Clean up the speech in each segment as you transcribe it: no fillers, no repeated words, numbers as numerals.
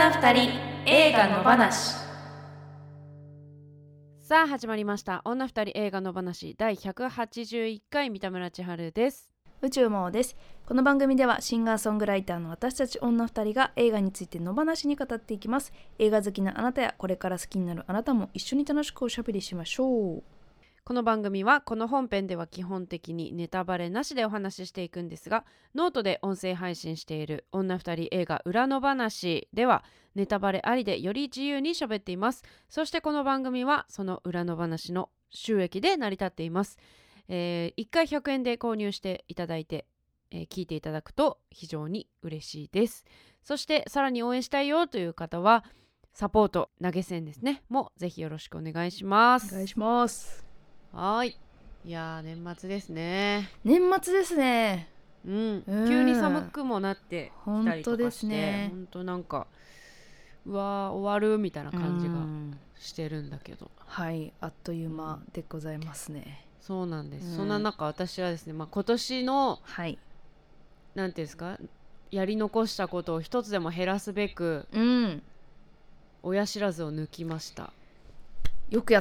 女二人映画の話。 さあ始まりました。女二人映画の話第181回、三田村千春です。 宇宙魔王です。この番組ではシンガーソングライターの私たち女二人が映画について野放しに語っていきます。映画好きなあなたやこれから好きになるあなたも一緒に楽しくおしゃべりしましょう。 この番組はこの本編では基本的にネタバレなしでお話ししていくんですが、ノートで音声配信している女二人映画裏の話ではネタバレありでより自由に喋っています。そしてこの番組はその裏の話の収益で成り立っています。1回100円で購入していただいて、聞いていただくと非常に嬉しいです。そしてさらに応援したいよという方はサポート投げ銭ですねもぜひよろしくお願いします。 お願いします。 はい。いやー年末ですね。 年末ですね。 急に寒くもなってきたりとかして、 本当ですね。 本当なんかうわー終わるみたいな感じがしてるんだけど、 はい、あっという間でございますね。 そうなんです。そんな中私はですね、今年のなんていうんですか、やり残したことを一つでも減らすべく、親知らずを抜きました。 よくやった。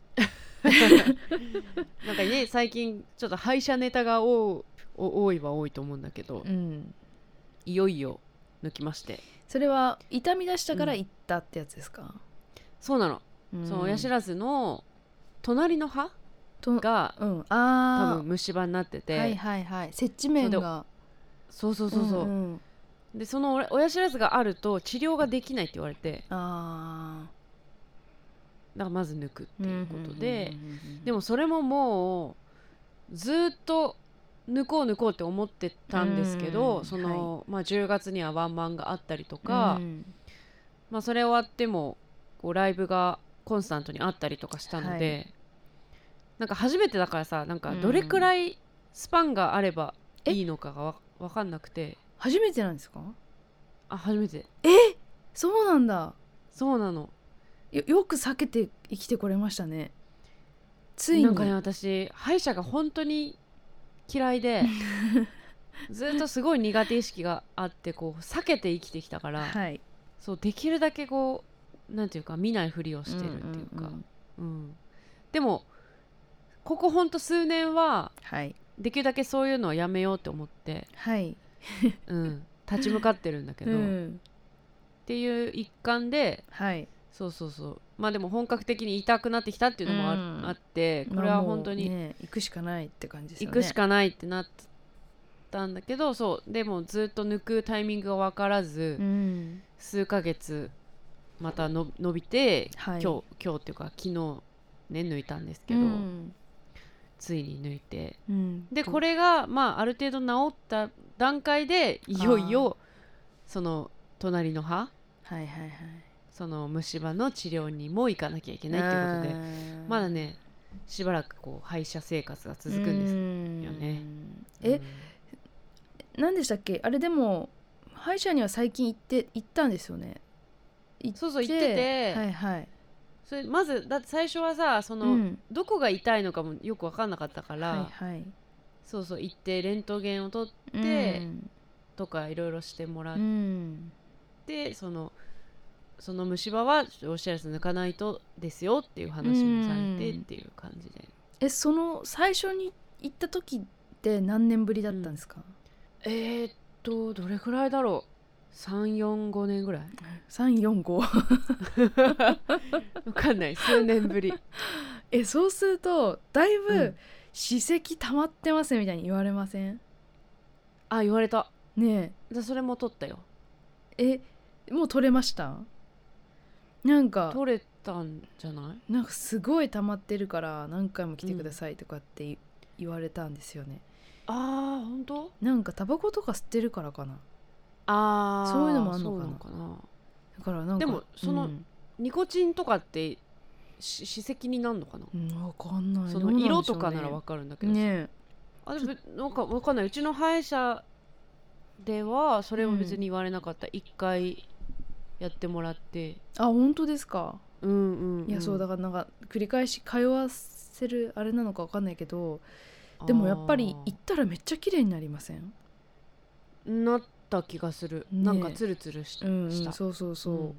なんかね、最近ちょっと歯医者ネタが多いは多いと思うんだけど、いよいよ抜きまして。 それは痛み出したから行ったってやつですか？ そうなの、その親知らずの隣の歯が、多分虫歯になってて、 接地面がそう、でその親知らずがあると治療ができないって言われて、だからまず抜くっていうことで、でもそれももうずっと抜こうって思ってたんですけど、その、10月にはワンマンがあったりとか、それ終わってもこうライブがコンスタントにあったりとかしたので、なんか初めてだからさ、なんかどれくらいスパンがあればいいのかが分かんなくて。 初めてなんですか？ 初めて。 そうなんだ。 そうなの。 よく避けて生きてこれましたね。ついになんかね、私歯医者が本当に嫌いでずっとすごい苦手意識があって、こう避けて生きてきたから、そうできるだけこうなんていうか見ないふりをしてるっていうか、でもここほんと数年は、できるだけそういうのはやめようって思って、立ち向かってるんだけど、っていう一環で、そうでも本格的に痛くなってきたっていうのもあって、これは本当に、 行くしかないって感じですよね。 行くしかないってなったんだけど、でもずっと抜くタイミングが分からず、数ヶ月また伸びて、今日っていうか昨日ね抜いたんですけど、ついに抜いて、でこれがある程度治った段階でいよいよその隣の歯、その虫歯の治療にも行かなきゃいけないっていうことで、まだねしばらくこう歯医者生活が続くんですよね。 何でしたっけあれ？でも歯医者には最近行ったんですよね。 そう行ってて、それまずだって最初はさ、その、どこが痛いのかもよく分かんなかったから、行ってレントゲンを取って、とかいろいろしてもらって、その虫歯はお知らせ抜かないとですよっていう話もされてっていう感じで。 その最初に行った時って何年ぶりだったんですか？ どれくらいだろう。3、4、5年ぐらい。 3、4、5 分かんない、数年ぶり。 そうするとだいぶ歯石溜まってますみたいに言われません？ 言われたねえ。それも取ったよ。 もう取れました？なんか取れたんじゃない？ なんかすごい溜まってるから何回も来てくださいとかって言われたんですよね。 本当？ なんかタバコとか吸ってるからかな。そういうのもあんのかな。だからなんかでもその、ニコチンとかって歯石になるのかな？ 分かんない。 その色とかなら分かるんだけどね。 なんか分かんない。うちの歯医者ではそれも別に言われなかった。1回やってもらって。 本当ですか？ いやそうだからなんか繰り返し通わせるあれなのか分かんないけど、でもやっぱり行ったらめっちゃ綺麗になりません？ なった気がする、 ね、 なんかツルツルした、 そうそうそう、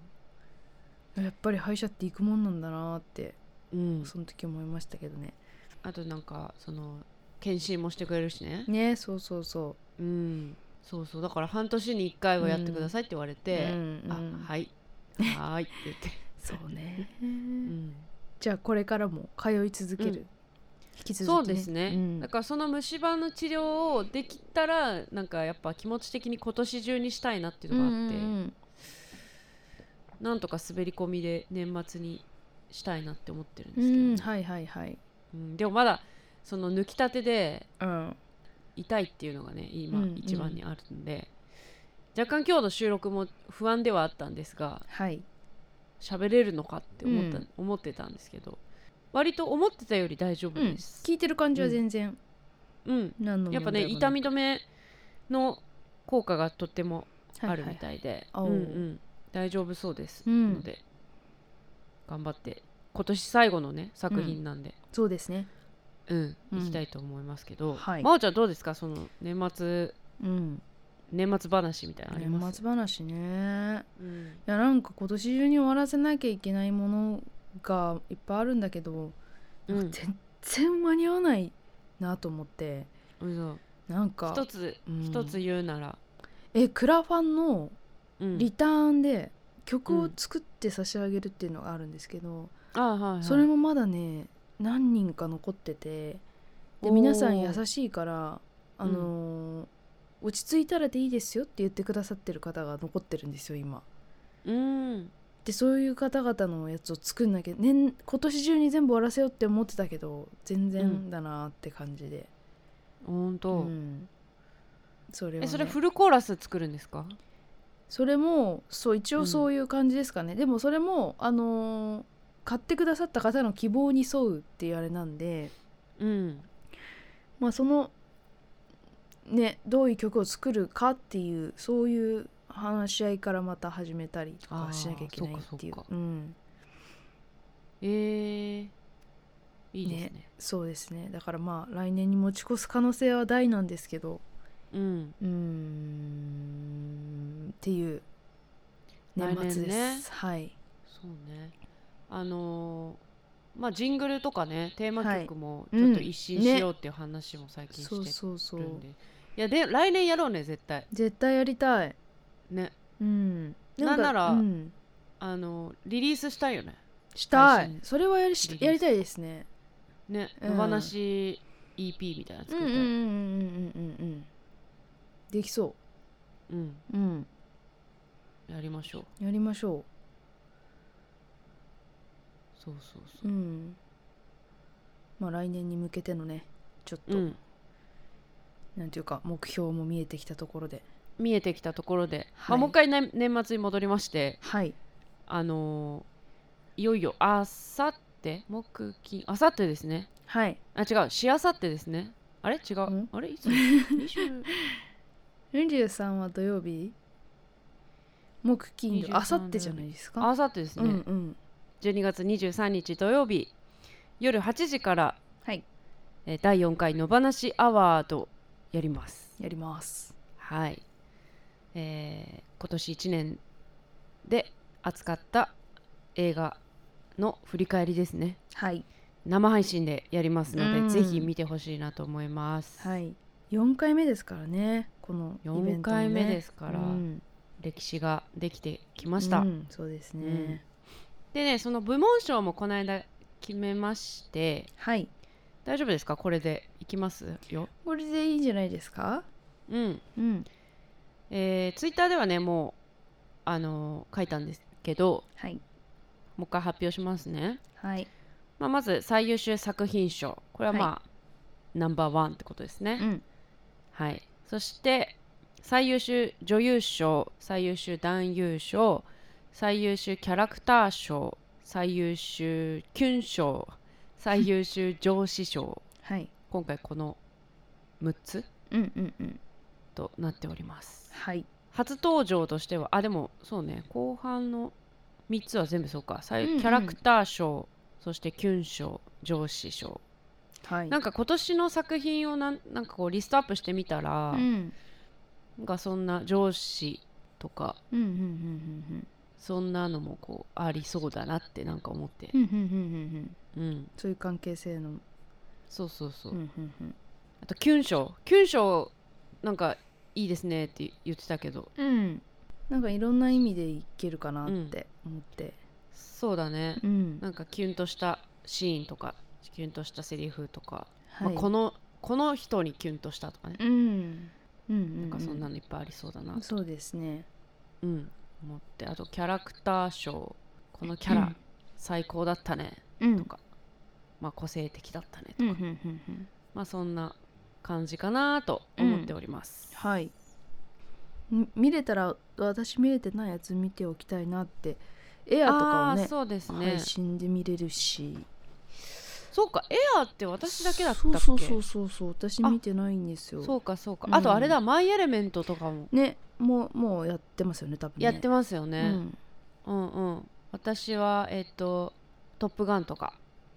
やっぱり歯医者って行くもんなんだなって、その時思いましたけどね。 あとなんかその検診もしてくれるしね、そうそうそう、 そうそう、だから半年に1回はやってくださいって言われて、はいはいって言ってそうね、じゃあこれからも通い続ける、引き続きね。 そうですね、だからその虫歯の治療をできたらなんかやっぱ気持ち的に今年中にしたいなっていうのがあって、なんとか滑り込みで年末にしたいなって思ってるんですけど、ね、 はいはいはい、 でもまだその抜きたてで痛いっていうのがね今一番にあるんで、若干今日の収録も不安ではあったんですが、喋れるのかって思ってたんですけど、割と思ってたより大丈夫です、 聞いてる感じは全然、 やっぱね痛み止めの効果がとってもあるみたいで、大丈夫そうですので、頑張って今年最後のね作品なんで、 そうですね、 行きたいと思いますけど、真央ちゃんどうですか、その年末話みたいなのあります？ 年末話ね、いやなんか今年中に終わらせなきゃいけないものがいっぱいあるんだけど、全然間に合わないなと思って、なんか一つ言うなら、 クラファンのリターンで曲を作って差し上げるっていうのがあるんですけど、それもまだね何人か残ってて、で皆さん優しいから落ち着いたらでいいですよって言ってくださってる方が残ってるんですよ今。でそういう方々のやつを作んなきゃ、今年中に全部終わらせようって思ってたけど全然だなって感じで。 本当、 それはね、 それフルコーラス作るんですか？ それもそう一応そういう感じですかね、でもそれも買ってくださった方の希望に沿うっていうあれなんで、まあそのねどういう曲を作るかっていうそういう話し合いからまた始めたりとかしなきゃいけないっていう。 いいですね。 そうですね。だからまあ来年に持ち越す可能性は大なんですけど、っていう年末です。 ね、 はい。 そうね。まあジングルとかねテーマ曲もちょっと一新しようっていう話も最近してるんで、いやで来年やろうね絶対やりたいね。なんなら、リリースしたいよね。 したい。それはやりたいですね。 ね、野放し EP みたいなの作りたい。 できそう。 やりましょう。そう。 まあ来年に向けてのねちょっと、なんていうか目標も見えてきたところで、 もう一回、年末に戻りまして、いよいよあさってですね。違う、しあさってですね。あれ違う、あれいつ 23は土曜日、木金あさってじゃないですか。 あさってですね、12月23日土曜日夜8時から、第4回野放しアワードやります。はい、今年1年で扱った映画の振り返りですね。生配信でやりますので、ぜひ見てほしいなと思います。 4回目ですからね、このイベントね。 4回目ですから、歴史ができてきました。 そうですね。 でね、その部門賞もこの間決めまして、大丈夫ですか？これでいきますよ。 これでいいんじゃないですか？ ツイッターではねもう書いたんですけど、もう一回発表しますね。まず最優秀作品賞、これはナンバーワンってことですね。そして最優秀女優賞、最優秀男優賞、最優秀キャラクター賞、最優秀キュン賞、最優秀上司賞、今回この6つとなっております。初登場としてはでもそうね、後半の3つは全部そうか。キャラクター賞、そしてキュン賞、上司賞、なんか今年の作品をなんかこうリストアップしてみたら、 がそんな上司とか、そんなのもこうありそうだなってなんか思って、 そういう関係性のそう、あとキュン賞なんかいいですねって言ってたけど、 なんかいろんな意味でいけるかなって思って、 そうだね、なんかキュンとしたシーンとかキュンとしたセリフとか、この人にキュンとしたとかね、なんかそんなのいっぱいありそうだな。 そうですね。 思って、あとキャラクター賞、このキャラ最高だったねとか、個性的だったねとか、そんな感じかなと思っております。 はい。見れたら私見れてないやつ見ておきたいなって。エアとかをね、 そうですね、 配信で見れるし。 そうか、エアって私だけだったっけ？ そう私見てないんですよ。 そうか、あとあれだ、マイエレメントとかもね、もうやってますよね、多分ね。 やってますよね。私はトップガンとか、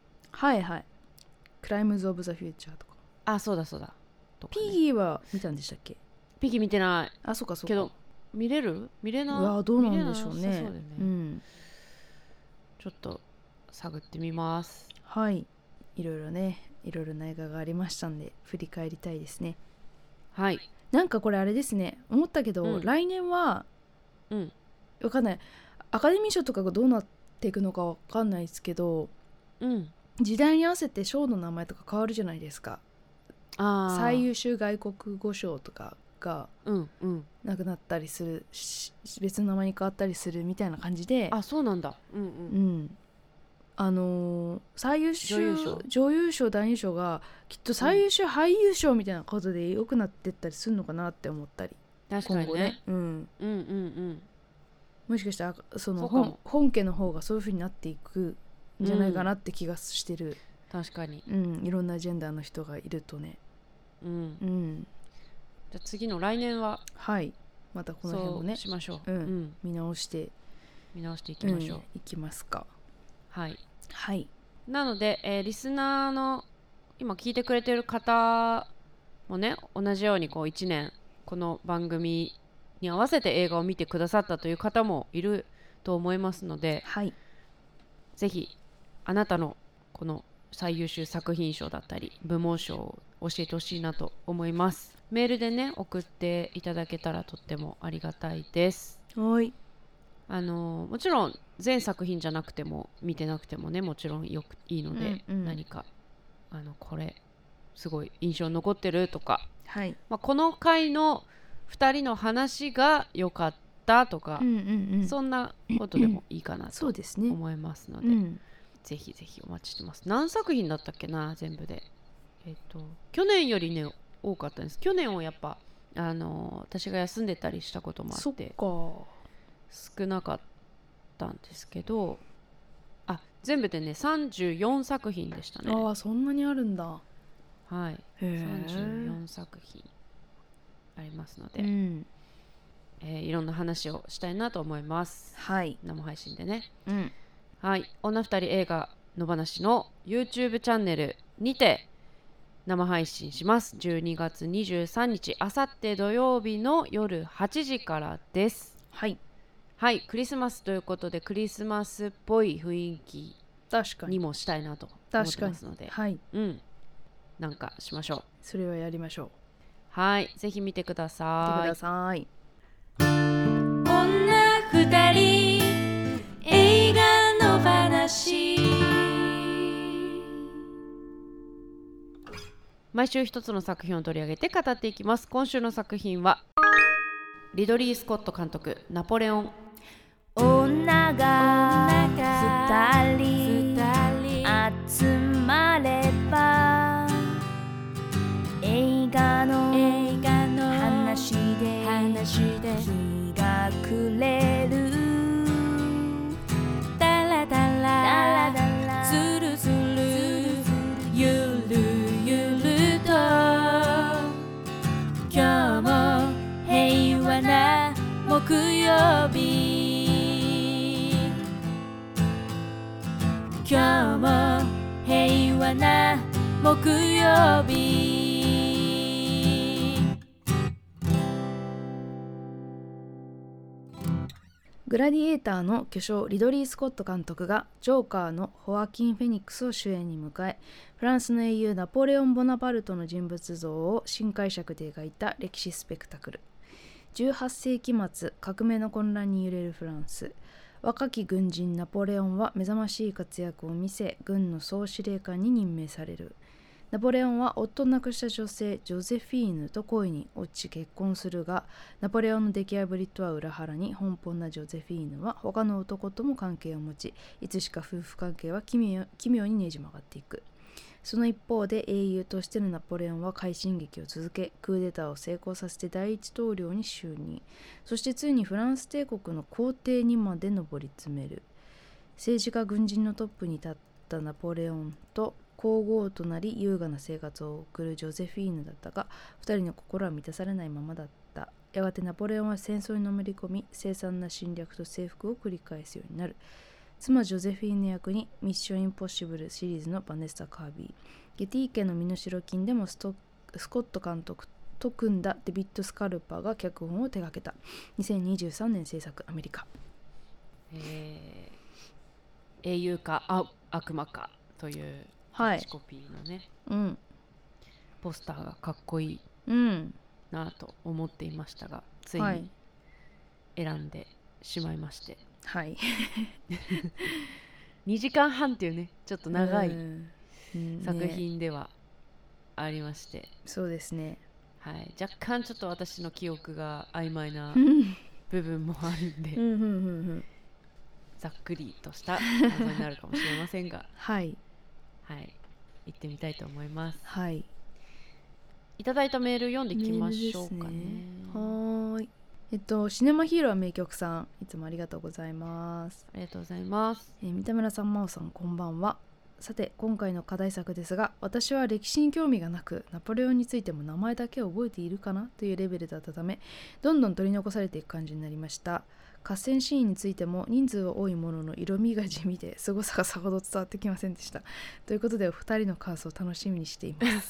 クライムズ・オブ・ザ・フューチャーとか。 そうだとか、ね、 ピギーは見たんでしたっけ？ ピギー見てない。 そうかけど見れない。 どうなんでしょうね。 そうだよね。ちょっと探ってみます。 はい、いろいろな映画がありましたんで振り返りたいですね。 はい。 なんかこれあれですね、思ったけど、来年はわかんない、アカデミー賞とかがどうなっていくのかわかんないですけど、時代に合わせて賞の名前とか変わるじゃないですか。最優秀外国語賞とかがなくなったりする、別の名前に変わったりするみたいな感じで。 そうなんだ。 最優秀女優賞男優賞がきっと最優秀俳優賞みたいなことで良くなってったりするのかなって思ったり。 確かにね。 もしかしたらその本家の方がそういう風になっていくんじゃないかなって気がしてる。 確かに。 いろんなジェンダーの人がいるとね。じゃあ次の来年はまたこの辺もねしましょう。 見直していきましょう。 いきますか。 なので、リスナーの今聞いてくれてる方もね、同じようにこう1年この番組に合わせて映画を見てくださったという方もいると思いますので、ぜひあなたのこの最優秀作品賞だったり部門賞を教えてほしいなと思います。メールでね送っていただけたらとってもありがたいです。もちろん全作品じゃなくても見てなくてもね、もちろんいいので、何かこれすごい印象に残ってるとか、この回の2人の話が良かったとか、そんなことでもいいかなと思いますので、ぜひぜひお待ちしてます。何作品だったっけな、全部で。去年よりね多かったんです。去年はやっぱ私が休んでたりしたこともあって少なかったんですけど、全部でね34作品でしたね。 そんなにあるんだ。 34作品ありますので、いろんな話をしたいなと思います。生配信でね。女二人映画の話の YouTube チャンネルにて生配信します。12月23日あさって土曜日の夜8時からです。クリスマスということでクリスマスっぽい雰囲気にもしたいなと思ってますので、なんかしましょう。 それはやりましょう。ぜひ見てください。 女二人映画の話。 毎週一つの作品を取り上げて語っていきます。今週の作品はリドリー・スコット監督、ナポレオン。 女が二人集まれば映画の話で日が暮れる。 ダラダラズルズルゆるゆると今日も平和な木曜日。今日も平和な木曜日。 グラディエーターの巨匠リドリー・スコット監督がジョーカーのホアキン・フェニックスを主演に迎え、フランスの英雄ナポレオン・ボナパルトの人物像を新解釈で描いた歴史スペクタクル。18世紀末、革命の混乱に揺れるフランス。若き軍人ナポレオンは目覚ましい活躍を見せ、軍の総司令官に任命される。ナポレオンは夫を亡くした女性ジョゼフィーヌと恋に落ち結婚するが、ナポレオンの出来破りとは裏腹に奔放なジョゼフィーヌは他の男とも関係を持ち、いつしか夫婦関係は奇妙にねじ曲がっていく。その一方で英雄としてのナポレオンは快進撃を続け、クーデターを成功させて第一統領に就任。そしてついにフランス帝国の皇帝にまで上り詰める。政治家軍人のトップに立ったナポレオンと皇后となり優雅な生活を送るジョゼフィーヌだったが、二人の心は満たされないままだった。やがてナポレオンは戦争にのめり込み、凄惨な侵略と征服を繰り返すようになる。妻ジョゼフィーヌ役にミッションインポッシブルシリーズのバネッサ・カービー、ゲティ家の身代金でもスコット監督と組んだデビッド・スカルパーが脚本を手掛けた。2023年制作、アメリカ。 英雄か悪魔かというキャッチコピーのね、ポスターがかっこいいなと思っていましたが、ついに選んでしまいまして、 はい、 2時間半っていうね、ちょっと長い作品ではありまして、 そうですね、 はい、若干ちょっと私の記憶が曖昧な部分もあるんでざっくりとした謎になるかもしれませんがはいはい、行ってみたいと思います。 はい。 いただいたメール読んでいきましょうかね。 はい。シネマヒーローは名曲さん、いつもありがとうございます。 ありがとうございます。 三田村さん、真央さん、こんばんは。さて、今回の課題作ですが、私は歴史に興味がなく、ナポレオンについても名前だけ覚えているかなというレベルだったため、どんどん取り残されていく感じになりました。合戦シーンについても人数は多いものの色味が地味で、凄さがさほど伝わってきませんでした。ということで、お二人の感想を楽しみにしています。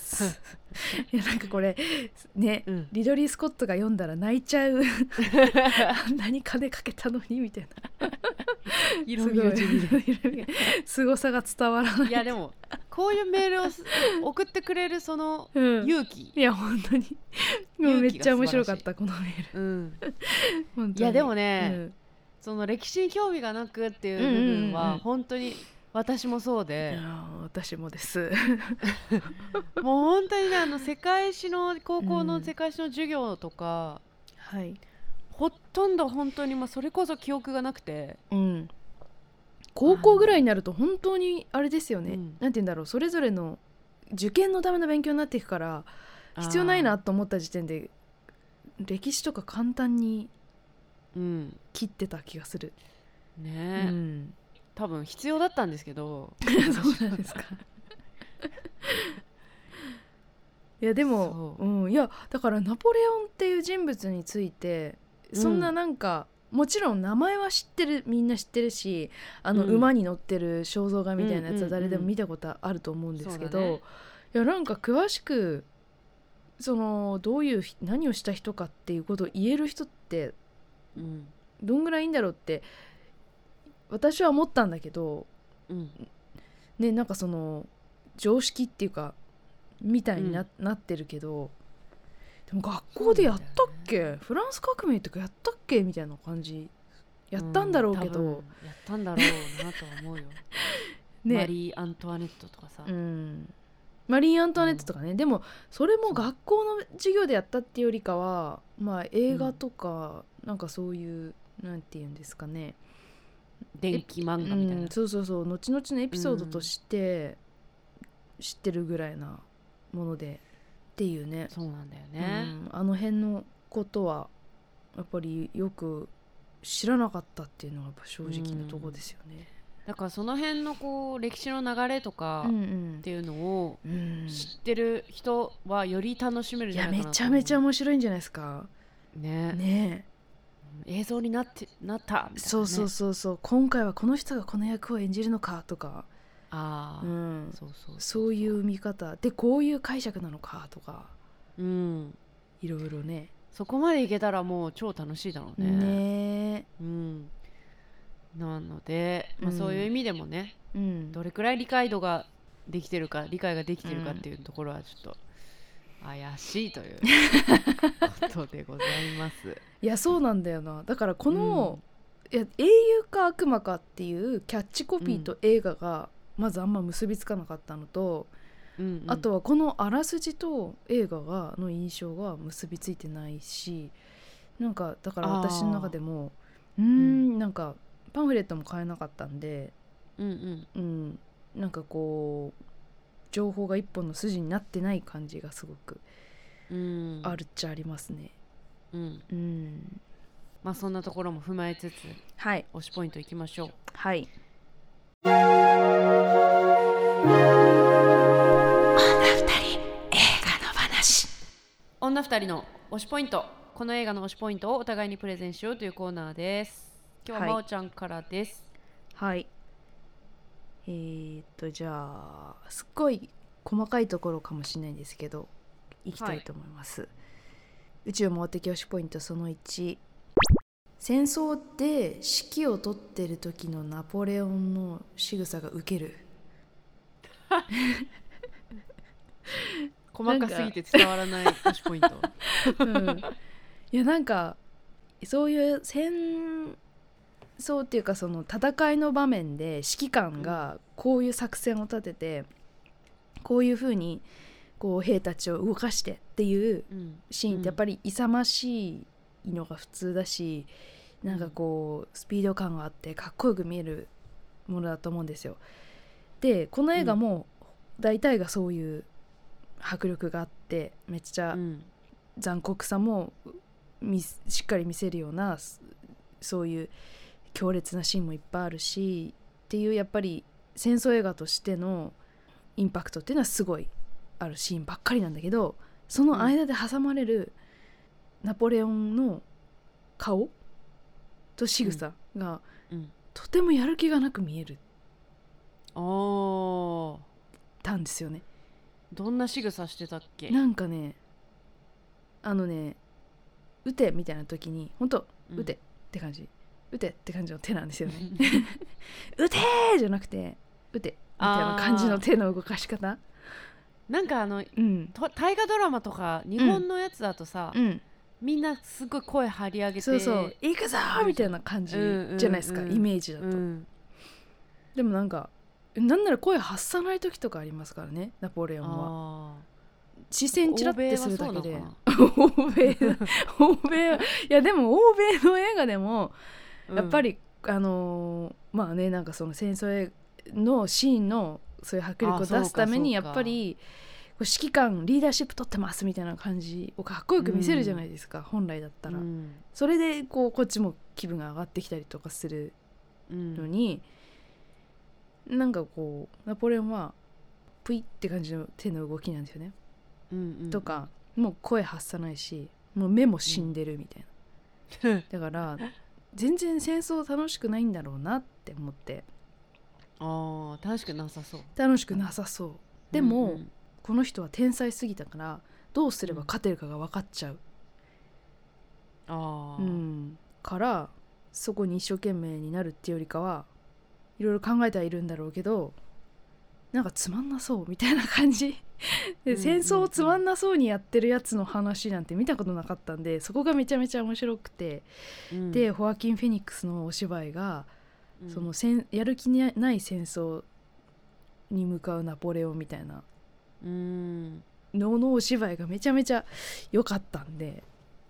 いや、なんかこれね、リドリー・スコットが読んだら泣いちゃう。何金かけたのにみたいな。 色味が地味で凄さが伝わらない。 いやでもこういうメールを送ってくれるその勇気、 いや本当にもうめっちゃ面白かったこのメール、 いやでもね、その歴史に興味がなくっていう部分は本当に私もそうで、 私もですもう本当にね、世界史の高校の世界史の授業とか、ほとんど本当にそれこそ記憶がなくて、高校ぐらいになると本当にあれですよね、なんて言うんだろう、それぞれの受験のための勉強になっていくから必要ないなと思った時点で歴史とか簡単に切ってた気がするね。多分必要だったんですけどそうなんですかいやでも、いやだからナポレオンっていう人物についてそんななんか、もちろん名前は知ってる、みんな知ってるし、馬に乗ってる肖像画みたいなやつは誰でも見たことあると思うんですけど、いやなんか詳しくそのどういう何をした人かっていうことを言える人って、どんぐらいいいんだろうって私は思ったんだけど、ね、なんかその常識っていうかみたいに なってるけど、でも学校でやったっけ、フランス革命とかやったっけみたいな感じやったんだろうけど、 やったんだろうなとは思うよ、ね、マリー・アントワネットとかさ、 マリー・アントワネットとかね、でもそれも学校の授業でやったっていうよりかは、映画とか、なんかそういうなんていうんですかね、 電気漫画みたいな、 そうそうそう、後々のエピソードとして知ってるぐらいなものでっていうね。 そうなんだよね、 あの辺のことはやっぱりよく知らなかったっていうのがやっぱ正直なところですよね。 だからその辺のこう歴史の流れとかっていうのを知ってる人はより楽しめるんじゃないかなと。いやめちゃめちゃ面白いんじゃないですかね。映像になったみたいな、ね、 そう、今回はこの人がこの役を演じるのかとか、そういう見方でこういう解釈なのかとか、いろいろね、 そこまでいけたらもう超楽しいだろうね。 なので、そういう意味でもね、どれくらい理解ができてるかっていうところはちょっと怪しいということでございます。 いやそうなんだよな。だからこの、いや英雄か悪魔かっていうキャッチコピーと映画がまずあんま結びつかなかったのと、あとはこのあらすじと映画の印象が結びついてないし、なんかだから私の中でもなんかパンフレットも買えなかったんで、なんかこう情報が一本の筋になってない感じがすごくあるっちゃありますね。 まあそんなところも踏まえつつ、 はい、 推しポイントいきましょう。 はい。 女二人の推しポイント。この映画の推しポイントをお互いにプレゼンしようというコーナーです。今日はまおちゃんからです。 はい。じゃあすっごい細かいところかもしれないんですけどいきたいと思います。宇宙盲的推しポイントその1。戦争で指揮を取ってる時のナポレオンの仕草がウケる。 細かすぎて伝わらない推しポイント。 いやなんかそういう戦争っていうかその戦いの場面で指揮官がこういう作戦を立てて、こういう風にこう兵たちを動かしてっていうシーンってやっぱり勇ましいのが普通だし、なんかこうスピード感があってかっこよく見えるものだと思うんですよ。でこの映画も大体がそういう迫力があってめっちゃ残酷さもしっかり見せるようなそういう強烈なシーンもいっぱいあるしっていう、やっぱり戦争映画としてのインパクトっていうのはすごいあるシーンばっかりなんだけど、その間で挟まれるナポレオンの顔と仕草がとてもやる気がなく見えるたんですよね。 どんな仕草してたっけ？ なんかね撃てみたいな時にほんと撃てって感じ、撃てって感じの手なんですよね。撃てーじゃなくて撃てみたいな感じの手の動かし方。 なんか大河ドラマとか日本のやつだとさ、みんなすごい声張り上げてそうそう行くぞーみたいな感じじゃないですか、イメージだと。でもなんかなんなら声発さない時とかありますからね、ナポレオンは。視線チラッてするだけで欧米いやでも欧米の映画でもやっぱり、まあね、なんかその戦争のシーンのそういう迫力を出すためにやっぱり指揮官リーダーシップ取ってますみたいな感じをかっこよく見せるじゃないですか、本来だったら、それでこっちも気分が上がってきたりとかするのに、なんかこうナポレオンはプイって感じの手の動きなんですよね、とかもう声発さないしもう目も死んでるみたいな、だから全然戦争楽しくないんだろうなって思って。 楽しくなさそう。 楽しくなさそう。でも、この人は天才すぎたからどうすれば勝てるかが分かっちゃう、からそこに一生懸命になるっていうよりかはいろいろ考えてはいるんだろうけど、なんかつまんなそうみたいな感じで、戦争をつまんなそうにやってるやつの話なんて見たことなかったんで、そこがめちゃめちゃ面白くて、でホアキン・フェニックスのお芝居が、そのやる気ない戦争に向かうナポレオンみたいなのお芝居がめちゃめちゃ良かったんで、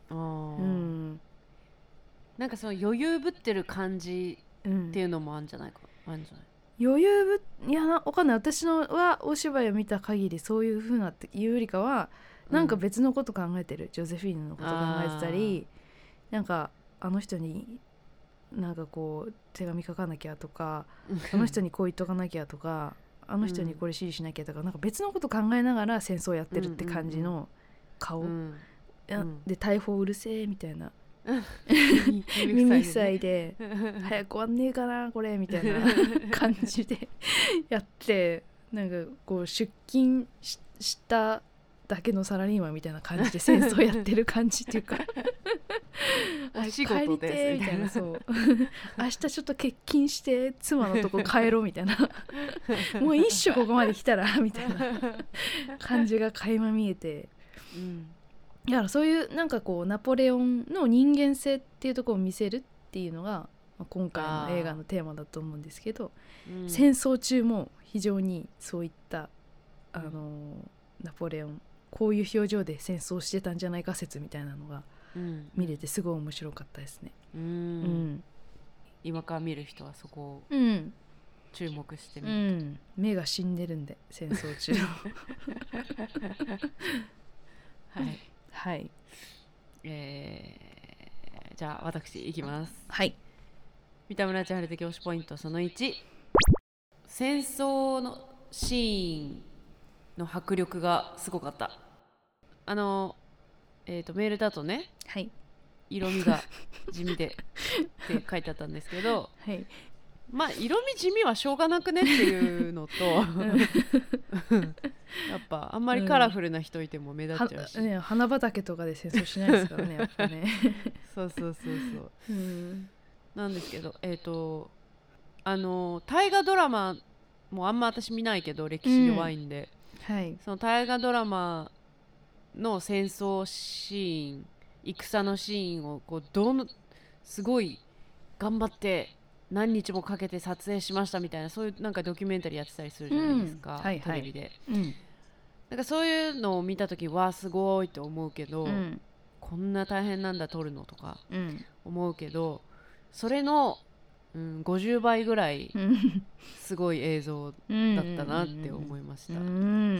なんかその余裕ぶってる感じっていうのもあるんじゃないか、 余裕いやわかんない。私のはお芝居を見た限りそういう風なっていうよりかは、なんか別のこと考えてる、ジョゼフィーヌのこと考えてたり、なんかあの人になんかこう手紙書かなきゃとかあの人にこう言っとかなきゃとかあの人にこれ指示しなきゃとか、なんか別のこと考えながら戦争やってるって感じの顔、で大砲うるせえみたいな耳塞いで早く終わんねえかなこれみたいな感じでやって、なんかこう出勤しただけのサラリーマンみたいな感じで戦争やってる感じっていうかお仕事ですみたいな、 そう明日ちょっと欠勤して妻のとこ帰ろうみたいなもう一緒ここまで来たらみたいな感じが垣間見えて、だからそういうなんかこうナポレオンの人間性っていうところを見せるっていうのが今回の映画のテーマだと思うんですけど、戦争中も非常にそういったナポレオンこういう表情で戦争してたんじゃないか説みたいなのが見れてすごい面白かったですね。 今から見る人はそこを注目してみる、 目が死んでるんで戦争中はいはい、 じゃあ私いきます。 はい。 三田村千春的推しポイントその1、戦争のシーンの迫力がすごかった。メールだとね、 はい、 色味が地味でって書いてあったんですけど、 はい、 まあ色味地味はしょうがなくねっていうのとやっぱあんまりカラフルな人いても目立っちゃうし、 花畑とかで戦争しないですからねやっぱねそうそう、なんですけど大河ドラマもあんま私見ないけど歴史弱いんで、 はい、 その大河ドラマの戦争シーン戦のシーンをこうすごい頑張って何日もかけて撮影しましたみたいな、そういうなんかドキュメンタリーやってたりするじゃないですか、テレビで、なんかそういうのを見た時はすごいって思うけど、こんな大変なんだ撮るのとか思うけど、それの、50倍ぐらいすごい映像だったなって思いました。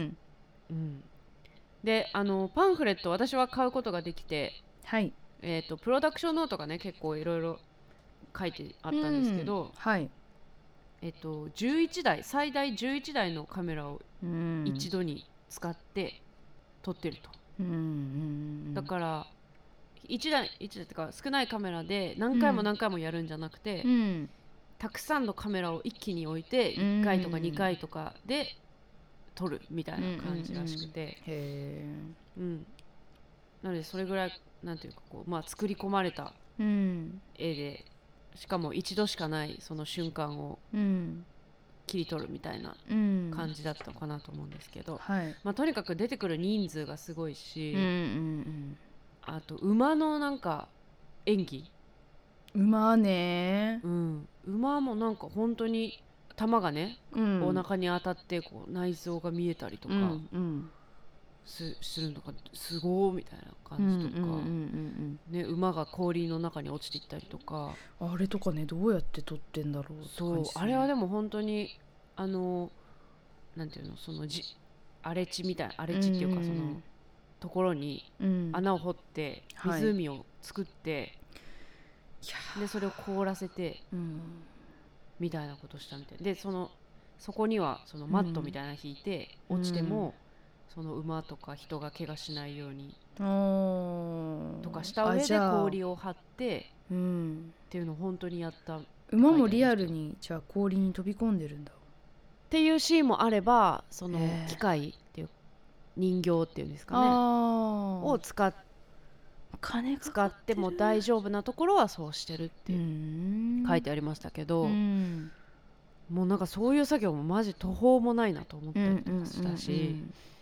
でパンフレット私は買うことができて、 はい、 プロダクションノートがね結構いろいろ書いてあったんですけど、 はい、 11台最大11台のカメラを一度に使って撮ってると、だから1台っていうか少ないカメラで何回も何回もやるんじゃなくて、たくさんのカメラを一気に置いて1回とか2回とかで撮るみたいな感じらしくて、なのでそれぐらいなんていうかこう、作り込まれた絵で、しかも一度しかないその瞬間を切り取るみたいな感じだったのかなと思うんですけど、とにかく出てくる人数がすごいし、あと馬のなんか演技、 馬ね、 馬もなんか本当に弾がね、お腹に当たってこう内臓が見えたりとかするのがすごーみたいな感じとか、馬が氷の中に落ちていったりとか、 あれとかね、どうやって撮ってんだろうって感じですね。 あれはでも本当になんていうの、その荒れ地みたいな、荒れ地っていうかそのところに穴を掘って湖を作って、でそれを凍らせて、みたいなことしたみたいで、そこにはそのマットみたいなの引いて、落ちてもその馬とか人が怪我しないようにとかした上で氷を張って、っていうのを本当にやった。 馬もリアルにじゃあ氷に飛び込んでるんだっていうシーンもあれば、その機械っていう人形っていうんですかねを使っても大丈夫なところはそうしてるって書いてありましたけど、もうなんかそういう作業もマジ途方もないなと思ったりとかしたし、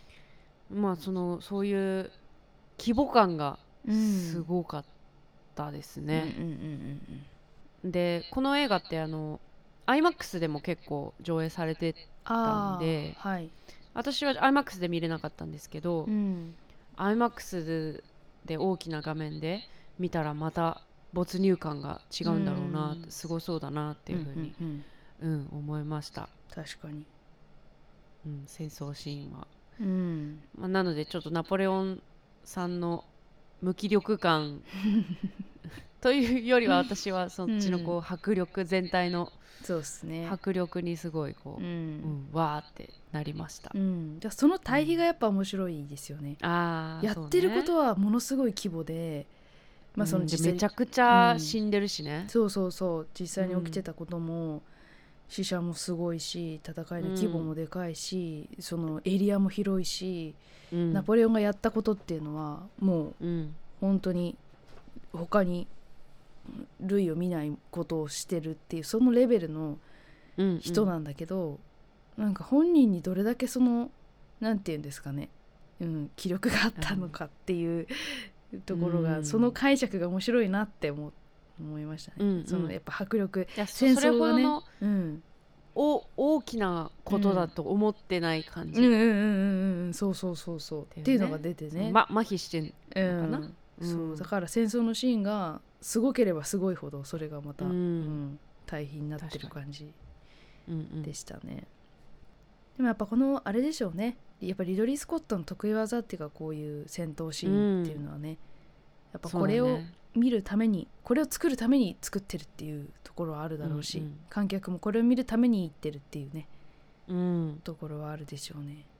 そういう規模感がすごかったですね。でこの映画ってIMAX でも結構上映されてたんで、私は IMAX で見れなかったんですけど、IMAX で大きな画面で見たらまた没入感が違うんだろうなって、すごそうだなっていうふうに思いました。 確かに、 戦争シーンは、なのでちょっとナポレオンさんの無気力感というよりは、私はそっちのこう迫力、全体の迫力にすごいこう、わーってなりました。 じゃあその対比がやっぱ面白いですよね。やってることはものすごい規模で、その実際めちゃくちゃ死んでるしね、 そう実際に起きてたことも、死者もすごいし、戦いの規模もでかいし、そのエリアも広いし、ナポレオンがやったことっていうのはもう本当に他に類を見ないことをしてるっていうそのレベルの人なんだけど、なんか本人にどれだけそのなんていうんですかね、気力があったのかっていうところが、その解釈が面白いなって思いましたね。そのやっぱ迫力、 戦争がね、大きなことだと思ってない感じ、 そうそうそうそう、っていうのが出てね、 麻痺してんのかな、 そうだから戦争のシーンがすごければすごいほどそれがまた、対比になってる感じでしたね。でもやっぱこのあれでしょうね、やっぱリドリー・スコットの得意技っていうか、こういう戦闘シーンっていうのはね、やっぱこれを見るために、これを作るために作ってるっていうところはあるだろうし、観客もこれを見るために行ってるっていうね、ところはあるでしょうね。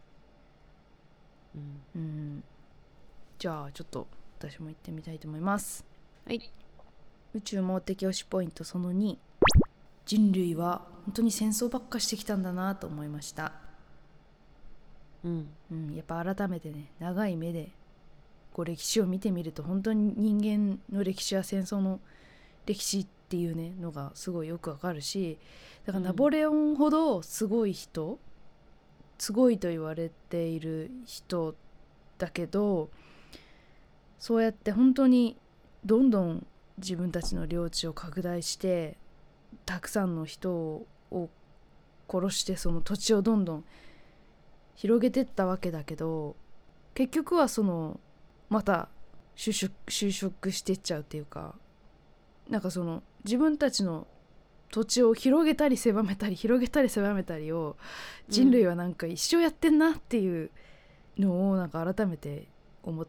じゃあちょっと私も行ってみたいと思います。 はい。 宇宙盲的推しポイントその2、人類は本当に戦争ばっかしてきたんだなと思いました。やっぱ改めてね、長い目でこう歴史を見てみると、本当に人間の歴史や戦争の歴史っていうねのがすごいよくわかるし、だからナポレオンほどすごい人、すごいと言われている人だけど、そうやって本当にどんどん自分たちの領地を拡大して、たくさんの人を殺して、その土地をどんどん広げてったわけだけど、結局はそのまた収縮してっちゃうっていうか、なんかその自分たちの土地を広げたり狭めたり広げたり狭めたりを人類はなんか一生やってんなっていうのをなんか改めて思って、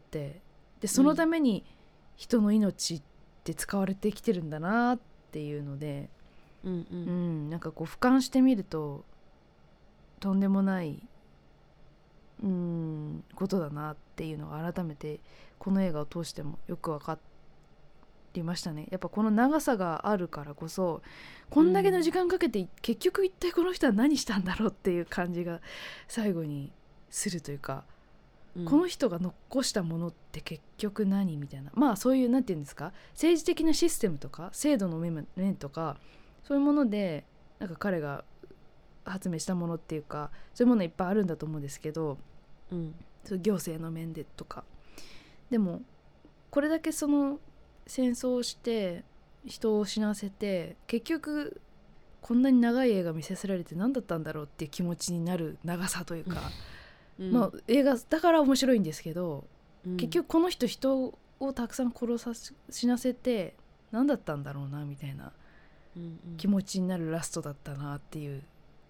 でそのために人の命って使われてきてるんだなっていうので、なんかこう俯瞰してみるととんでもないことだなっていうのが改めてこの映画を通してもよく分かりましたね。やっぱこの長さがあるからこそ、こんだけの時間かけて結局一体この人は何したんだろうっていう感じが最後にするというか、この人が残したものって結局何みたいな、まあそういうなんていうんですか、政治的なシステムとか制度の面とかそういうものでなんか彼が発明したものっていうか、そういうものいっぱいあるんだと思うんですけど、そう行政の面でとか、でもこれだけその戦争をして人を死なせて、結局こんなに長い映画見せられて何だったんだろうっていう気持ちになる長さというか、まあ映画だから面白いんですけど、結局この人をたくさん死なせて何だったんだろうなみたいな気持ちになるラストだったなっていう、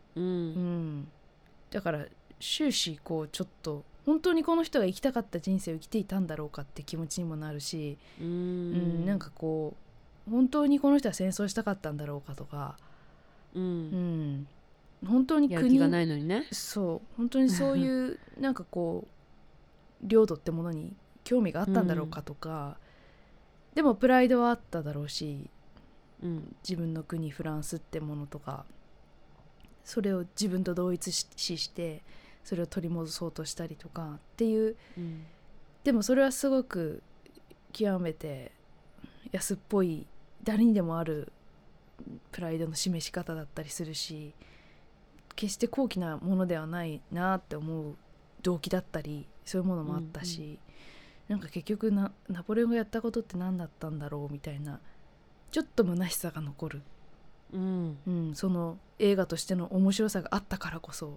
だから終始こうちょっと本当にこの人が生きたかった人生を生きていたんだろうかって気持ちにもなるし、なんかこう本当にこの人は戦争したかったんだろうかとか、本当にやる気がないのにね、 そう本当にそういうなんかこう領土ってものに興味があったんだろうかとか、でもプライドはあっただろうし、自分の国フランスってものとか、それを自分と同一視してそれを取り戻そうとしたりとかっていう、でもそれはすごく極めて安っぽい、誰にでもあるプライドの示し方だったりするし、決して高貴なものではないなって思う動機だったり、そういうものもあったし、なんか結局ナポレオンがやったことって何だったんだろうみたいな、ちょっと虚しさが残る、その映画としての面白さがあったからこそ、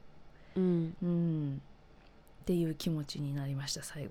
っていう気持ちになりました最後。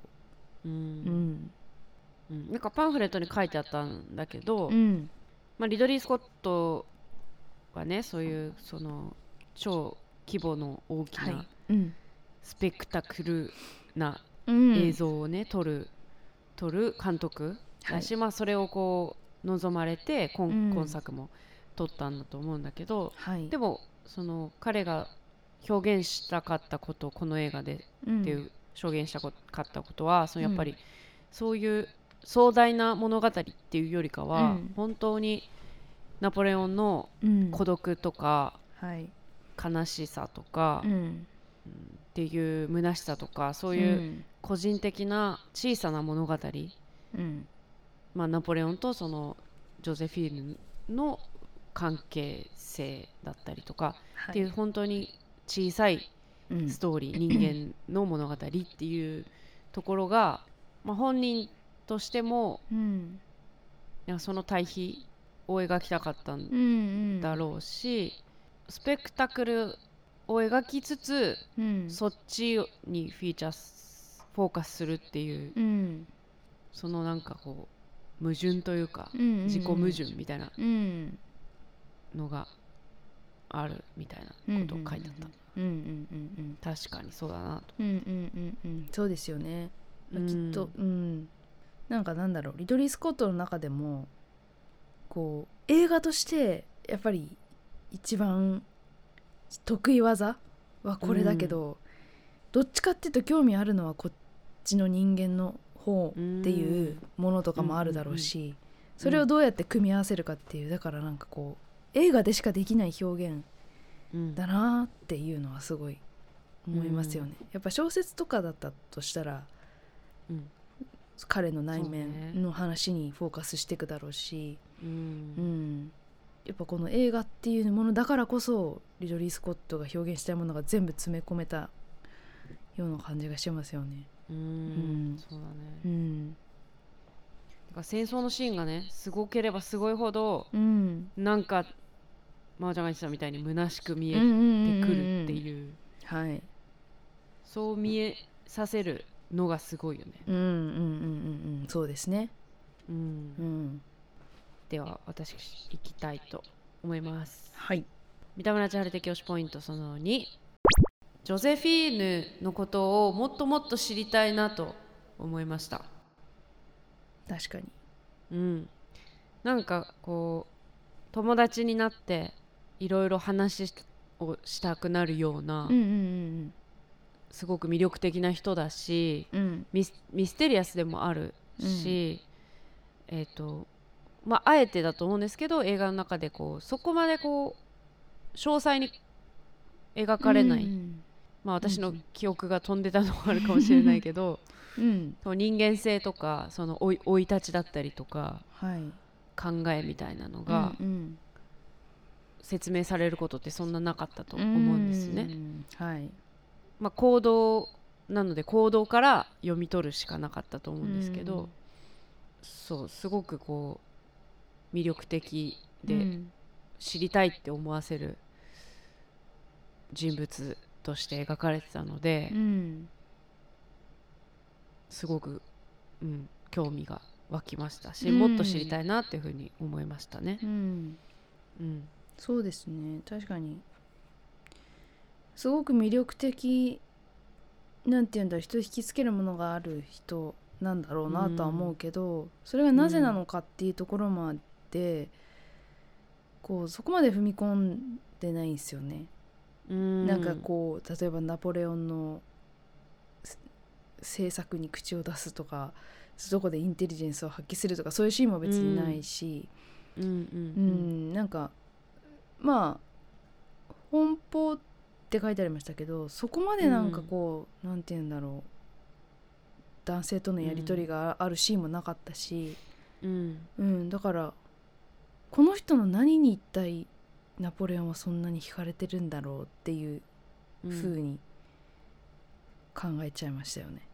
なんかパンフレットに書いてあったんだけど、リドリー・スコットはね、そういうその超規模の大きなスペクタクルな映像をね、撮る監督だし、それをこう望まれて今作も撮ったんだと思うんだけど、でもその彼が表現したかったこと、この映画でっていう表現したかったことは、そのやっぱりそういう壮大な物語っていうよりかは、本当にナポレオンの孤独とか、悲しさとか、っていう虚しさとか、そういう個人的な小さな物語、ナポレオンとそのジョゼフィーヌの関係性だったりとか、はい、っていう本当に小さいストーリー、人間の物語っていうところが、本人としても、その対比を描きたかったんだろうし、スペクタクルを描きつつ、そっちにフォーカスするっていう、そのなんかこう矛盾というか、自己矛盾みたいなのがあるみたいなことを書いてあった。確かにそうだなと。 そうですよね。きっと、なんかなんだろう、リドリー・スコットの中でもこう映画としてやっぱり一番得意技はこれだけど、どっちかっていうと興味あるのはこっちの人間の方っていうものとかもあるだろうし、それをどうやって組み合わせるかっていう、だからなんかこう映画でしかできない表現だなっていうのはすごい思いますよね。やっぱ小説とかだったとしたら、彼の内面の話にフォーカスしていくだろうし、やっぱこの映画っていうものだからこそリドリー・スコットが表現したいものが全部詰め込めたような感じがしますよね。 そうだね。だから戦争のシーンがね、すごければすごいほど、なんかマージャンが言ってたみたいに虚しく見えてくるっていう、そう見えさせるのがすごいよね。 そうですね。 では私行きたいと思います。 はい。 三田村千春的推しポイントその2、ジョゼフィーヌのことをもっともっと知りたいなと思いました。 確かに。 なんかこう友達になっていろいろ話をしたくなるような、すごく魅力的な人だし、ミステリアスでもあるし、あえてだと思うんですけど、映画の中でこうそこまでこう詳細に描かれない、私の記憶が飛んでたのもあるかもしれないけど、人間性とかその生い立ちだったりとか、考えみたいなのが、説明されることってそんななかったと思うんですね。行動なので行動から読み取るしかなかったと思うんですけど、そうすごくこう魅力的で、知りたいって思わせる人物として描かれてたので、すごく、興味が湧きましたし、もっと知りたいなっていうふうに思いましたね。 そうですね。確かにすごく魅力的、なんていうんだろう、人を引きつけるものがある人なんだろうなとは思うけど、それがなぜなのかっていうところまで、こうそこまで踏み込んでないんですよね。なんかこう例えばナポレオンの政策に口を出すとか、そこでインテリジェンスを発揮するとか、そういうシーンも別にないし、なんか奔放って書いてありましたけど、そこまでなんかこう、なんていうんだろう、男性とのやり取りがあるシーンもなかったし、だからこの人の何に一体ナポレオンはそんなに惹かれてるんだろうっていう風に考えちゃいましたよね。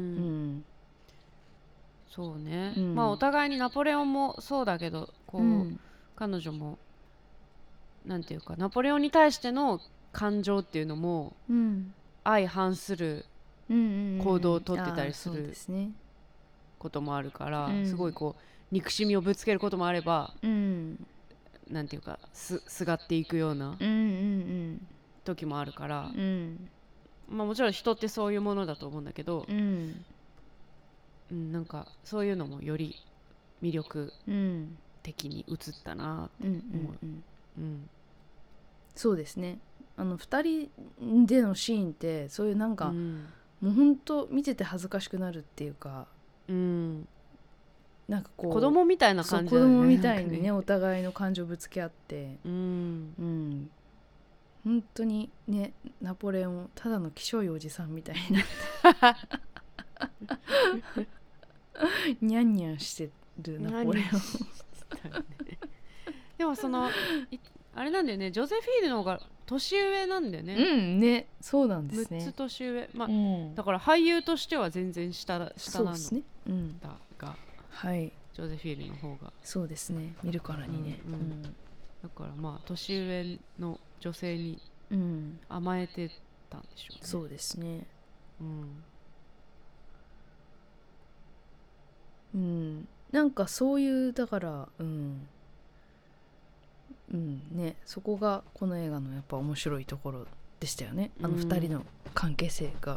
そうね、お互いにナポレオンもそうだけど、こう、彼女もなんていうかナポレオンに対しての感情っていうのも、相反する行動をとってたりすることもあるから、すごいこう憎しみをぶつけることもあれば、なんていうかすがっていくような時もあるから、もちろん人ってそういうものだと思うんだけど、なんかそういうのもより魅力的に映ったなって思う。 そうですね。2人でのシーンってそういうなんか、もうほんと見てて恥ずかしくなるっていうか、なんかこう子供みたいな感じだよね。 子供みたいにね、お互いの感情ぶつけ合って、本当にね、ナポレオンただの気性いおじさんみたいなニャンニャンしてるナポレオンでもあれなんだよね、ジョゼフィーヌの方が年上なんだよね。 うんね、そうなんですね。 6つ年上、まあ、 うん、 だから俳優としては全然下なのそうですね。うん、 だが、 はい、 ジョゼフィーヌの方がそうですね。見るからにね。 うんうん、だからまあ年上の女性にうん、 甘えてたんでしょうね。 そうですね。うん、なんかそういうだからね、そこがこの映画のやっぱ面白いところでしたよね。あの2人の関係性が、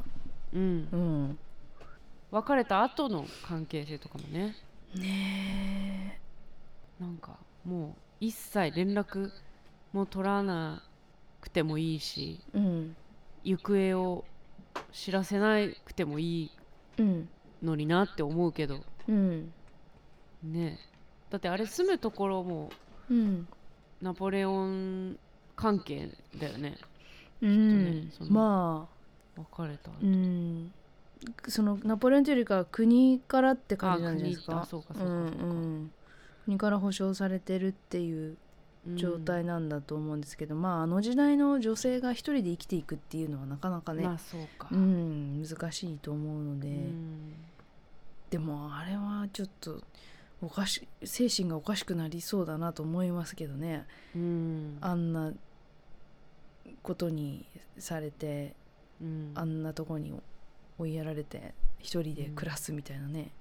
別れた後の関係性とかもね。 ねえ、なんかもう一切連絡も取らなくてもいいし、行方を知らせなくてもいいのになって思うけど、ね、だってあれ住むところも、ナポレオン関係だよね。 まあ別れた後、 そのナポレオンというよりか国からって感じなんじゃないですか。 そうかそうか、 国から保障されてるっていう状態なんだと思うんですけど、まああの時代の女性が一人で生きていくっていうのはなかなかね、 そうか、 難しいと思うので、でもあれはちょっと精神がおかしくなりそうだなと思いますけどね、あんなことにされて、あんなとこに追いやられて一人で暮らすみたいなね。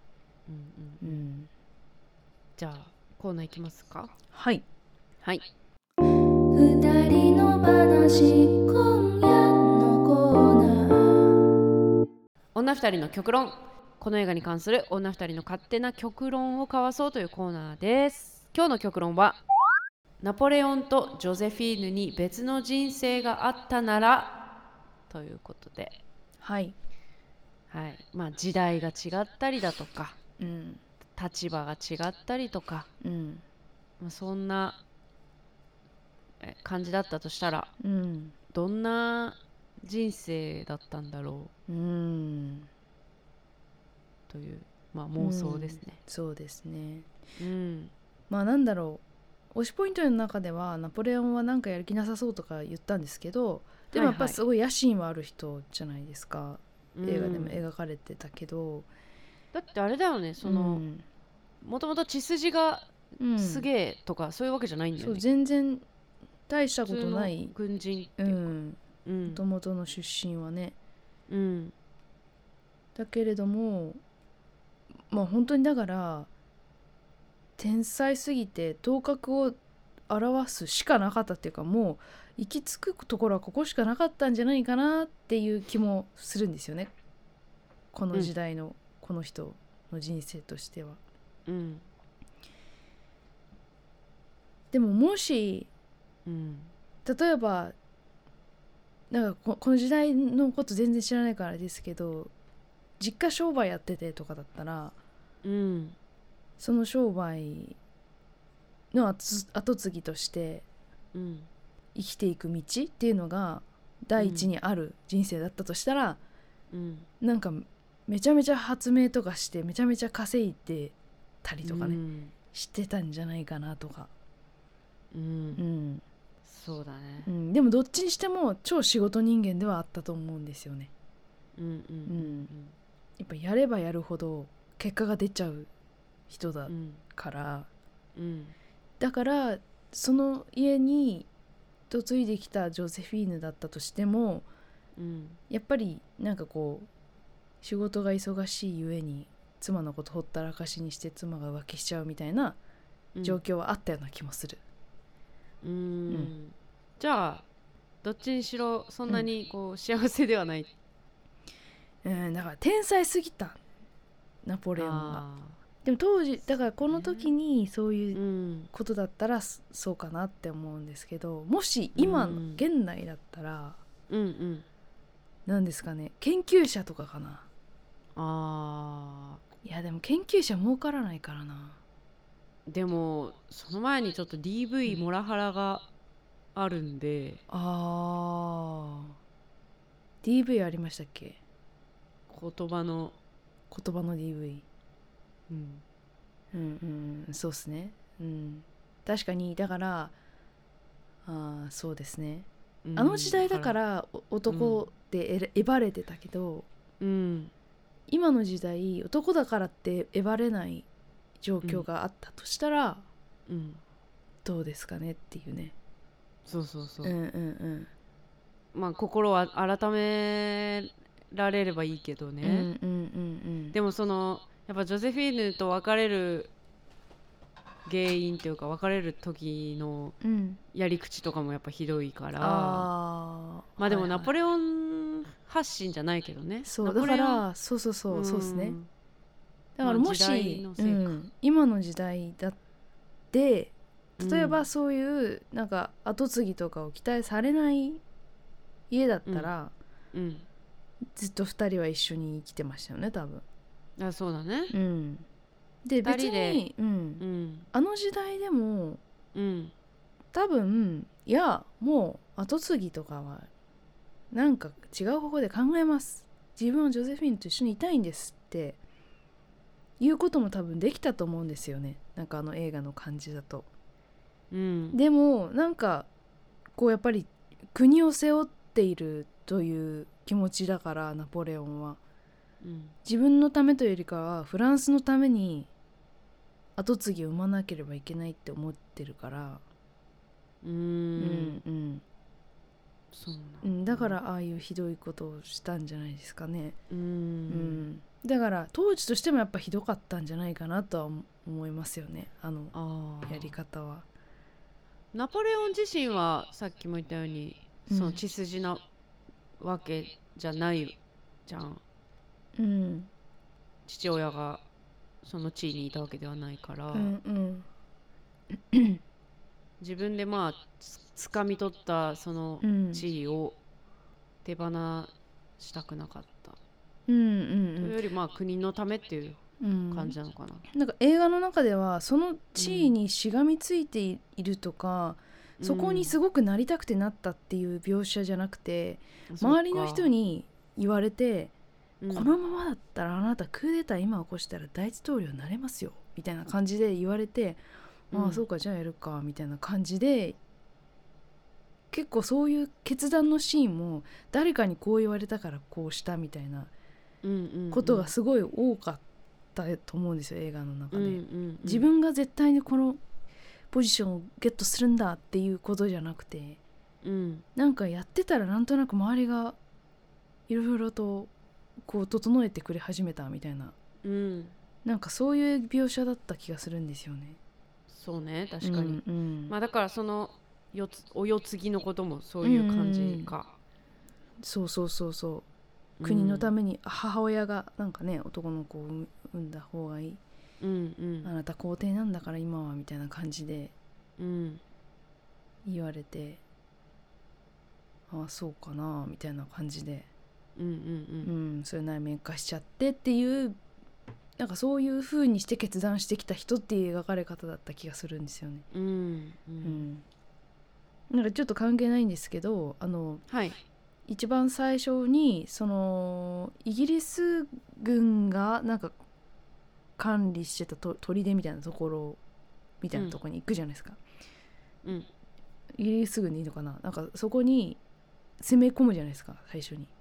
じゃあコーナーいきますか。 はいはい。 二人の話、今夜のコーナー。 女二人の極論。この映画に関する女二人の勝手な極論を交わそうというコーナーです。今日の極論は、ナポレオンとジョゼフィーヌに別の人生があったならということで、はい、まあ時代が違ったりだとか、立場が違ったりとか、まあ、そんな感じだったとしたら、どんな人生だったんだろう、という、まあ、妄想ですね。 そうですね。まあなんだろう、推しポイントの中ではナポレオンはなんかやる気なさそうとか言ったんですけど、でもやっぱすごい野心はある人じゃないですか、映画でも描かれてたけど、 だってあれだよね、もともと血筋がすげえとか、そういうわけじゃないんだよね。 そう、全然大したことない軍人っていうか、 もともとの出身はね、だけれどもまあ本当にだから天才すぎて頭角を表すしかなかったっていうか、もう行き着くところはここしかなかったんじゃないかなっていう気もするんですよね、この時代のこの人の人生としては。でももし、例えばなんかこの時代のこと全然知らないからですけど、実家商売やっててとかだったら、その商売の後継ぎとして生きていく道っていうのが第一にある人生だったとしたら、なんかめちゃめちゃ発明とかしてめちゃめちゃ稼いでたりとかね、してたんじゃないかなとか。 そうだね、 でもどっちにしても超仕事人間ではあったと思うんですよね。やっぱやればやるほど結果が出ちゃう人だから、だからその家に嫁いできたジョゼフィーヌだったとしても、やっぱりなんかこう仕事が忙しいゆえに妻のことほったらかしにして妻が浮気しちゃうみたいな状況はあったような気もする。 じゃあどっちにしろそんなにこう幸せではない。 だから天才すぎたナポレオンが。でも当時だからこの時にそういうことだったらそうかなって思うんですけど、もし今の現代だったら何ですかね、研究者とかかな。いやでも研究者儲からないからな。 でもその前にちょっと DV モラハラがあるんで、 DV ありましたっけ？ 言葉の DV。そうっすね。 確かにだからそうですね、あの時代だから男でえばれてたけど、今の時代男だからってえばれない状況があったとしたら、どうですかねっていうね。 そう、まあ心は改められればいいけどね、でもそのやっぱジョゼフィーヌと別れる原因っていうか別れる時のやり口とかもやっぱひどいから、まあでもナポレオン発信じゃないけどね、 そうだからそうですね。だからもし、今の時代だって例えばそういうなんか後継ぎとかを期待されない家だったら、ずっと2人は一緒に生きてましたよね多分。 あ、そうだね。 で別に、あの時代でも、多分いやもう後継ぎとかはなんか違う方法で考えます、自分はジョゼフィーヌと一緒にいたいんですっていうことも多分できたと思うんですよね、なんかあの映画の感じだと。でもなんかこうやっぱり国を背負っているという気持ちだからナポレオンは、自分のためというよりかはフランスのために後継ぎを生まなければいけないって思ってるから、そうなんだからああいうひどいことをしたんじゃないですかね。だから当時としてもやっぱひどかったんじゃないかなとは思いますよね、あのやり方は。 ナポレオン自身はさっきも言ったように、その血筋なわけじゃないじゃん、父親がその地位にいたわけではないから、自分でまあ掴み取ったその地位を手放したくなかった、というよりまあ国のためっていう感じなのかな。 なんか映画の中ではその地位にしがみついているとか、そこにすごくなりたくてなったっていう描写じゃなくて、周りの人に言われて、このままだったらあなたクーデター今起こしたら大統領になれますよみたいな感じで言われて、ああそうかじゃあやるかみたいな感じで、結構そういう決断のシーンも誰かにこう言われたからこうしたみたいなことがすごい多かったと思うんですよ、映画の中で。自分が絶対にこのポジションをゲットするんだっていうことじゃなくて、なんかやってたらなんとなく周りがいろいろとこう整えてくれ始めたみたいな、なんかそういう描写だった気がするんですよね。 そうね、確かに、まあだからそのお世継ぎのこともそういう感じか、 そう国のために母親がなんかね男の子を産んだ方がいい、あなた皇帝なんだから今はみたいな感じで言われて、ああそうかなみたいな感じで、それ内面化しちゃってっていう、なんかそういう風にして決断してきた人っていう描かれ方だった気がするんですよね。なんかちょっと関係ないんですけど、一番最初にそのイギリス軍がなんか管理してた砦みたいなところみたいなところに行くじゃないですか、イギリス軍でいいのかな、なんかそこに攻め込むじゃないですか最初に。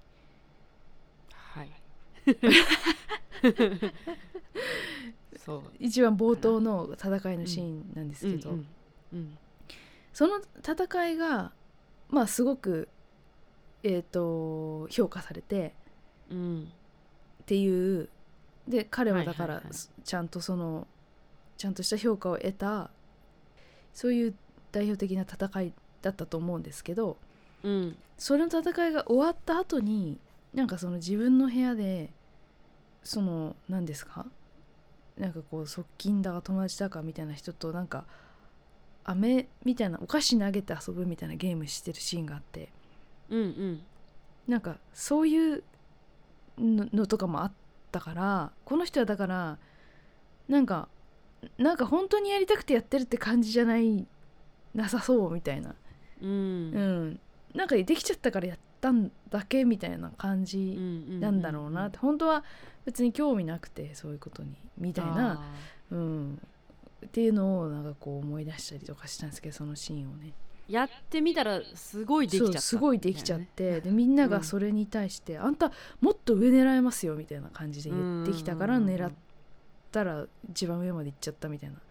そう一番冒頭の戦いのシーンなんですけど、その戦いがまあすごく評価されて、っていうで彼はだからちゃんとした評価を得たそういう代表的な戦いだったと思うんですけど、その戦いが終わった後になんかその自分の部屋でその何ですか、なんかこう側近だか友達だかみたいな人となんか飴みたいなお菓子投げて遊ぶみたいなゲームしてるシーンがあって、なんかそういうのとかもあったから、この人はだからなんか本当にやりたくてやってるって感じじゃなさそうみたいな、なんかできちゃったからやったんだけみたいな感じなんだろうなって、本当は別に興味なくてそういうことにみたいな、 っていうのをなんかこう思い出したりとかしたんですけど、そのシーンをねやってみたらすごいできちゃった、 そうすごいできちゃって、でみんながそれに対して、あんたもっと上狙えますよみたいな感じで言ってきたから、狙ったら一番上まで行っちゃったみたいな、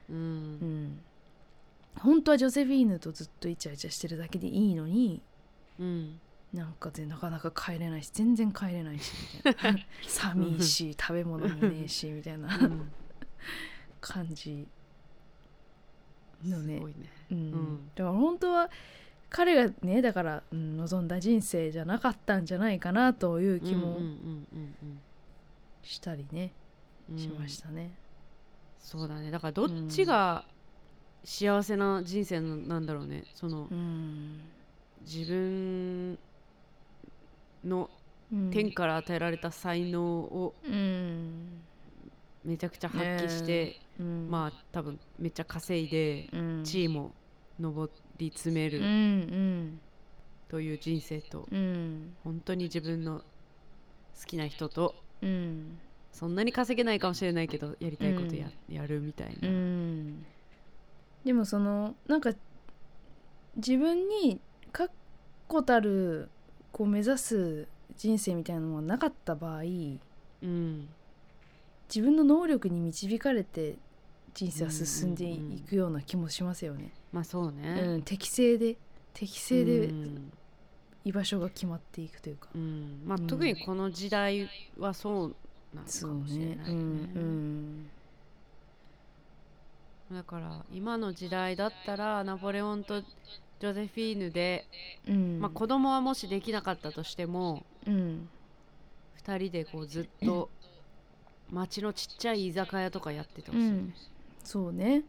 本当はジョセフィーヌとずっとイチャイチャしてるだけでいいのに、なんかでなかなか帰れないし、全然帰れないしみたいな寒いし食べ物もねえしみたいな感じのね。 すごいね、 だから本当は彼がね、だから、望んだ人生じゃなかったんじゃないかなという気もしたりね、しましたね。 そうだね。だからどっちが幸せな人生なんだろうね。その、自分の天から与えられた才能をめちゃくちゃ発揮して、まあ多分めっちゃ稼いで、地位も上り詰める、という人生と、本当に自分の好きな人と、そんなに稼げないかもしれないけどやりたいこと やるみたいな、 でもそのなんか自分に確固たるこう目指す人生みたいなのがなかった場合、自分の能力に導かれて人生は進んでいくような気もしますよね。 まあそうね、 適正で居場所が決まっていくというか、 まあ特にこの時代はそうなのかもしれないね。だから今の時代だったらナポレオンとジョゼフィーヌで、まあ、子供はもしできなかったとしても、2人でこうずっと町のちっちゃい居酒屋とかやっててほしいね。 そうね、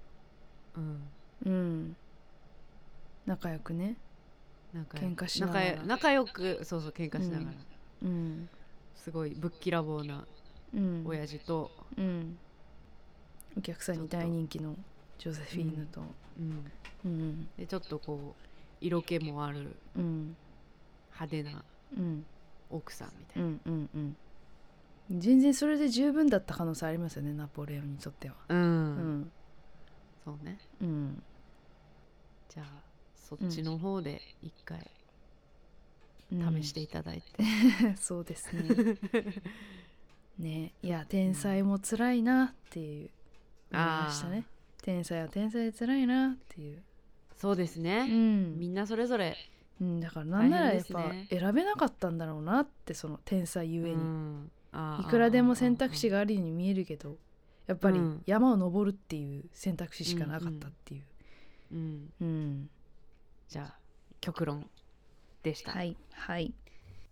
仲良くね、喧嘩しながら仲良くそう喧嘩しながら、すごいぶっきらぼうな親父と、お客さんに大人気のジョゼフィーヌと、でちょっとこう色気もある、派手な奥さんみたいな、 全然それで十分だった可能性ありますよね、ナポレオンにとっては。 そうね、じゃあそっちの方で一回試していただいて、 そうですねね、いや天才も辛いなっていう思いましたね。天才は天才で辛いなっていう。 そうですね、みんなそれぞれ、 だからなんならやっぱ選べなかったんだろうなって、その天才ゆえに、いくらでも選択肢があるように見えるけど、やっぱり山を登るっていう選択肢しかなかったっていう、 じゃあ極論でした。 はいはい。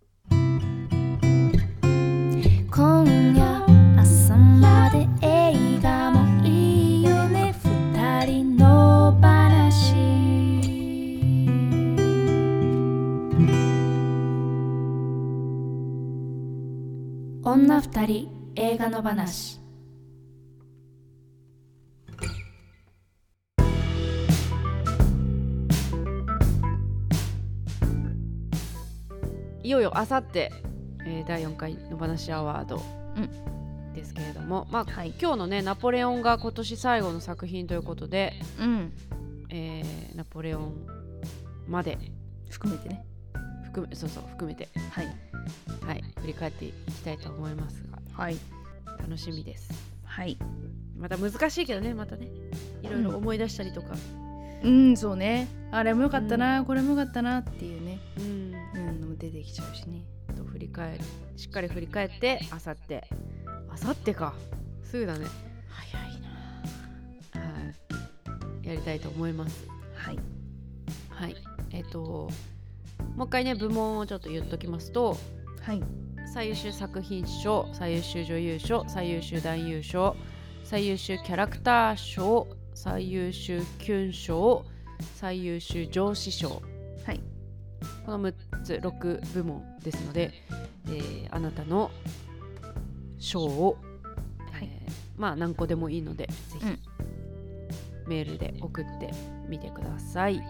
今夜朝まで映画もいいよね、二人の話。女二人映画の話。 いよいよあさって第4回の話アワードですけれども、まあ今日のねナポレオンが今年最後の作品ということで、ナポレオンまで含めてね、 含めて振り返っていきたいと思いますが、楽しみです。また難しいけどね、またねいろいろ思い出したりとか、 そうね、あれもよかったな、これもよかったなっていうね、のも出てきちゃうしね。 しっかり振り返ってあさってかすぐだね、 早いな、 やりたいと思います。もう一回ね部門をちょっと言っときますと、最優秀作品賞、最優秀女優賞、最優秀男優賞、最優秀キャラクター賞、最優秀キュン賞、最優秀上司賞、この6つ6部門ですので、あなたの賞を、まあ何個でもいいのでぜひメールで送ってみてください。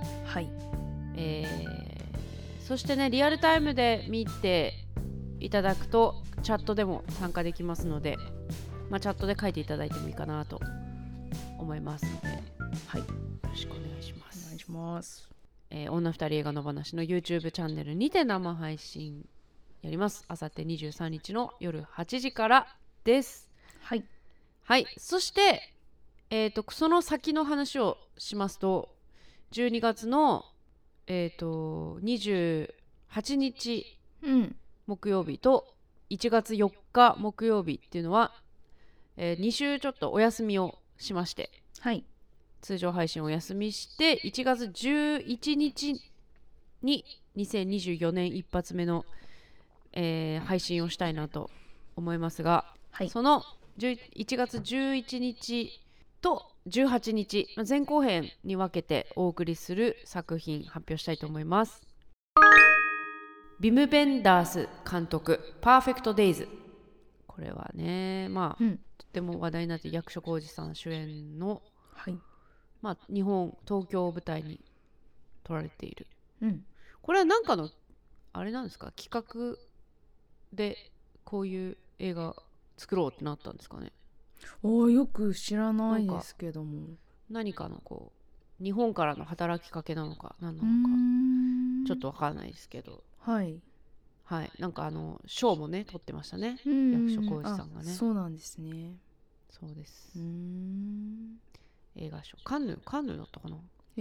そしてねリアルタイムで見ていただくとチャットでも参加できますので、チャットで書いていただいてもいいかなと思いますので、 はい、よろしくお願いします。 お願いします。 女二人映画の話の YouTube チャンネルにて生配信やります。あさって23日の夜8時からです。 はい、 はい、そして、その先の話をしますと、12月の、28日木曜日と1月4日木曜日っていうのは、2週ちょっとお休みをしまして、 はい、 通常配信をお休みして1月11日に2024年一発目の、配信をしたいなと思いますが、 はい、 その1月11日と18日前後編に分けてお送りする作品発表したいと思います。ビム・ベンダース監督、パーフェクト・デイズ。これはね、とっても話題になって役所広司さん主演の、 はい、 日本東京を舞台に撮られている、これはなんかのあれなんですか、企画でこういう映画作ろうってなったんですかね。 よく知らないですけども、 何かのこう日本からの働きかけなのか何なのかちょっと分からないですけど、 はいはい、なんか賞もね取ってましたね、役所広司さんがね。 そうなんですね。 そうです。映画賞カンヌだったかな。ちょ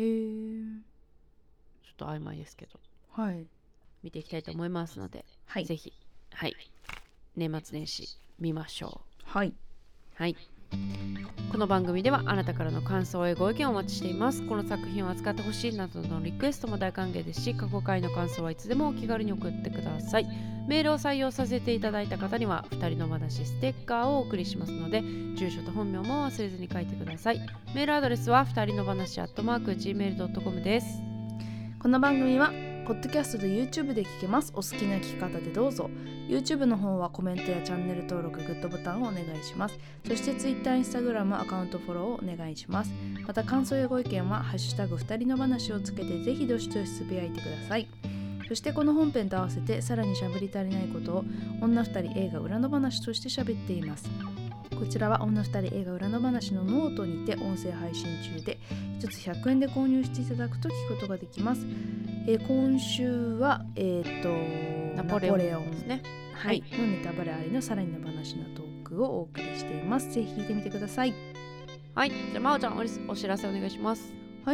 っと曖昧ですけど、 はい、 見ていきたいと思いますので、 はい、 ぜひ、はい、年末年始見ましょう。 はい、 はい。この番組ではあなたからの感想やご意見をお待ちしています。この作品を扱ってほしいなどのリクエストも大歓迎ですし、過去回の感想はいつでもお気軽に送ってください。メールを採用させていただいた方には2人の話ステッカーをお送りしますので、住所と本名も忘れずに書いてください。メールアドレスは2人の話@gmail.com です。 この番組はポッドキャストと YouTube で聞けます。お好きな聞き方でどうぞ。 YouTube の方はコメントやチャンネル登録、グッドボタンをお願いします。そして Twitter、Instagram アカウントフォローをお願いします。また感想やご意見はハッシュタグ2人の話をつけてぜひどしどしつぶやいてください。そしてこの本編と合わせてさらにしゃべり足りないことを女2人映画裏の話として喋っています。こちらは女2人映画裏の話のノートにて音声配信中で、1つ100円で購入していただくと聞くことができます。今週は、ナポレオンですね、はい、のネタバレありのさらにの話のトークをお送りしています。ぜひ聞いてみてください。 はい、じゃあ真央ちゃんお知らせお願いします。 はい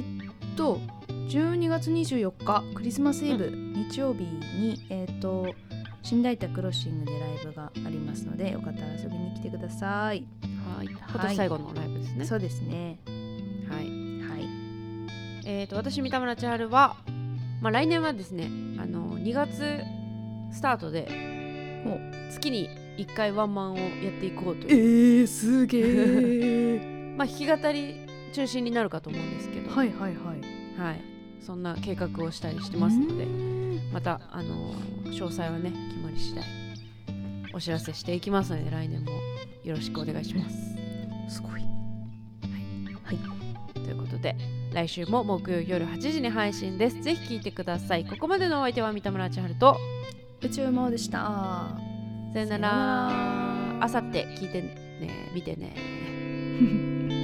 、12月24日クリスマスイブ、日曜日に新大田クロッシングでライブがありますので、よかったら遊びに来てください。 はい、今年最後のライブですね。 そうですね。 はい、 はい。 私三田村千春は、来年はですね、2月スタートで月に1回ワンマンをやっていこうという。 すげえ。 弾き語り中心になるかと思うんですけど、 はい、 そんな計画をしたりしてますので、また詳細はね決まり次第お知らせしていきますので、来年もよろしくお願いします。 すごい。はい、 ということで来週も木曜夜8時に配信です。ぜひ聞いてください。ここまでのお相手は三田村千春と宇宙魔王でした。 さよなら。あさって聞いてね、見てね。